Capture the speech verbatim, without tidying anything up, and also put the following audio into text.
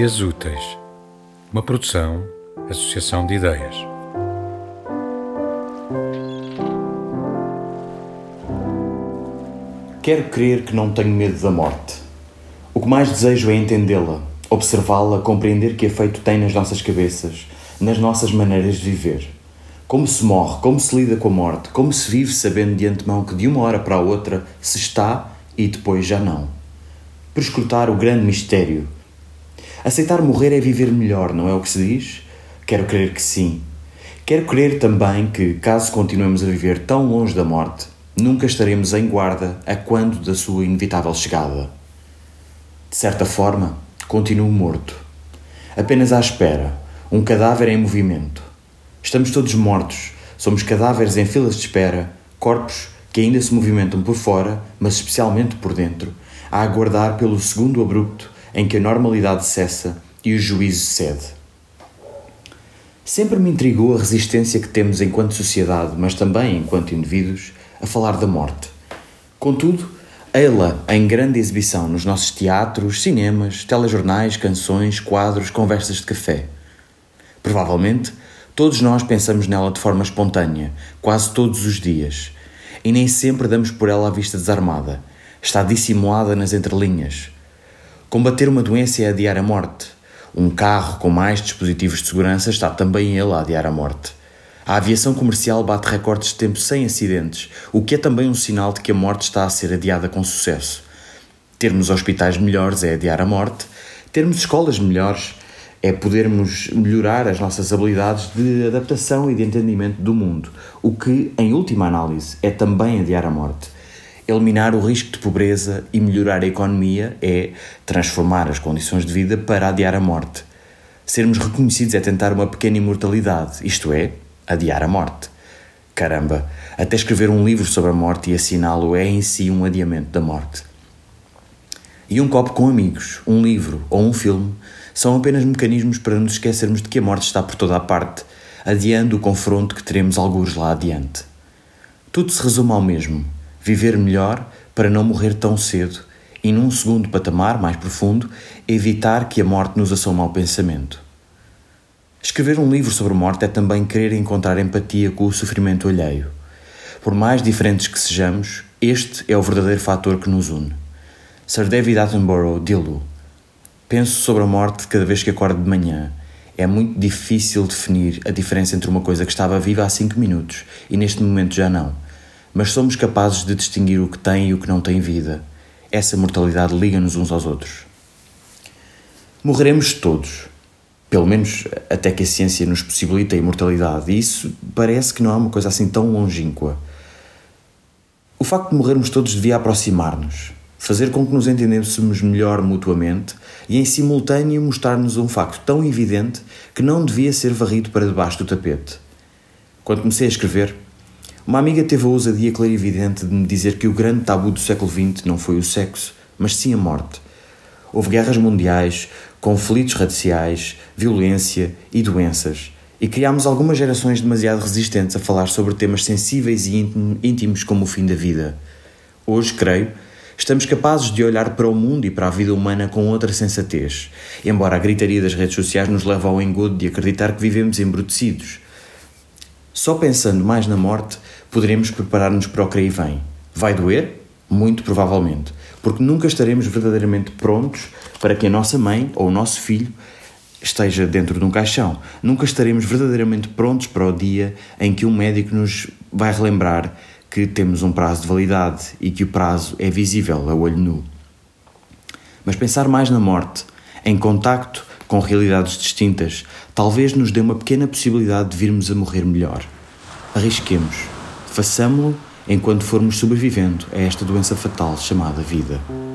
Dias Úteis, uma produção, associação de ideias. Quero crer que não tenho medo da morte. O que mais desejo é entendê-la, observá-la, compreender que efeito tem nas nossas cabeças, nas nossas maneiras de viver. Como se morre, como se lida com a morte, como se vive sabendo de antemão que de uma hora para a outra se está e depois já não. Perscrutar o grande mistério. Aceitar morrer é viver melhor, não é o que se diz? Quero crer que sim. Quero crer também que, caso continuemos a viver tão longe da morte, nunca estaremos em guarda a quando da sua inevitável chegada. De certa forma, continuo morto. Apenas à espera, um cadáver em movimento. Estamos todos mortos, somos cadáveres em filas de espera, corpos que ainda se movimentam por fora, mas especialmente por dentro, a aguardar pelo segundo abrupto em que a normalidade cessa e o juízo cede. Sempre me intrigou a resistência que temos enquanto sociedade, mas também enquanto indivíduos, a falar da morte. Contudo, ei-la em grande exibição nos nossos teatros, cinemas, telejornais, canções, quadros, conversas de café. Provavelmente, todos nós pensamos nela de forma espontânea, quase todos os dias, e nem sempre damos por ela a vista desarmada. Está dissimulada nas entrelinhas. Combater uma doença é adiar a morte. Um carro com mais dispositivos de segurança está também ele a adiar a morte. A aviação comercial bate recordes de tempo sem acidentes, o que é também um sinal de que a morte está a ser adiada com sucesso. Termos hospitais melhores é adiar a morte. Termos escolas melhores é podermos melhorar as nossas habilidades de adaptação e de entendimento do mundo, o que, em última análise, é também adiar a morte. Eliminar o risco de pobreza e melhorar a economia é transformar as condições de vida para adiar a morte. Sermos reconhecidos é tentar uma pequena imortalidade, isto é, adiar a morte. Caramba, até escrever um livro sobre a morte e assiná-lo é em si um adiamento da morte. E um copo com amigos, um livro ou um filme são apenas mecanismos para nos esquecermos de que a morte está por toda a parte, adiando o confronto que teremos algures lá adiante. Tudo se resume ao mesmo: viver melhor para não morrer tão cedo e, num segundo patamar mais profundo, evitar que a morte nos assuma ao pensamento. Escrever um livro sobre morte é também querer encontrar empatia com o sofrimento alheio. Por mais diferentes que sejamos, este é o verdadeiro fator que nos une. Sir David Attenborough dilo: penso sobre a morte cada vez que acordo de manhã. É muito difícil definir a diferença entre uma coisa que estava viva há cinco minutos e neste momento já não. Mas somos capazes de distinguir o que tem e o que não tem vida. Essa mortalidade liga-nos uns aos outros. Morreremos todos. Pelo menos até que a ciência nos possibilite a imortalidade. E isso parece que não é uma coisa assim tão longínqua. O facto de morrermos todos devia aproximar-nos, fazer com que nos entendêssemos melhor mutuamente e, em simultâneo, mostrar-nos um facto tão evidente que não devia ser varrido para debaixo do tapete. Quando comecei a escrever, uma amiga teve a ousadia clarividente de me dizer que o grande tabu do século vinte não foi o sexo, mas sim a morte. Houve guerras mundiais, conflitos raciais, violência e doenças, e criámos algumas gerações demasiado resistentes a falar sobre temas sensíveis e íntimos como o fim da vida. Hoje, creio, estamos capazes de olhar para o mundo e para a vida humana com outra sensatez, embora a gritaria das redes sociais nos leve ao engodo de acreditar que vivemos embrutecidos. Só pensando mais na morte, poderemos preparar-nos para o que aí vem. Vai doer? Muito provavelmente, porque nunca estaremos verdadeiramente prontos para que a nossa mãe ou o nosso filho esteja dentro de um caixão. Nunca estaremos verdadeiramente prontos para o dia em que um médico nos vai relembrar que temos um prazo de validade e que o prazo é visível a olho nu. Mas pensar mais na morte, em contacto com realidades distintas, talvez nos dê uma pequena possibilidade de virmos a morrer melhor. Arrisquemos. Façamo-lo enquanto formos sobrevivendo a esta doença fatal chamada vida.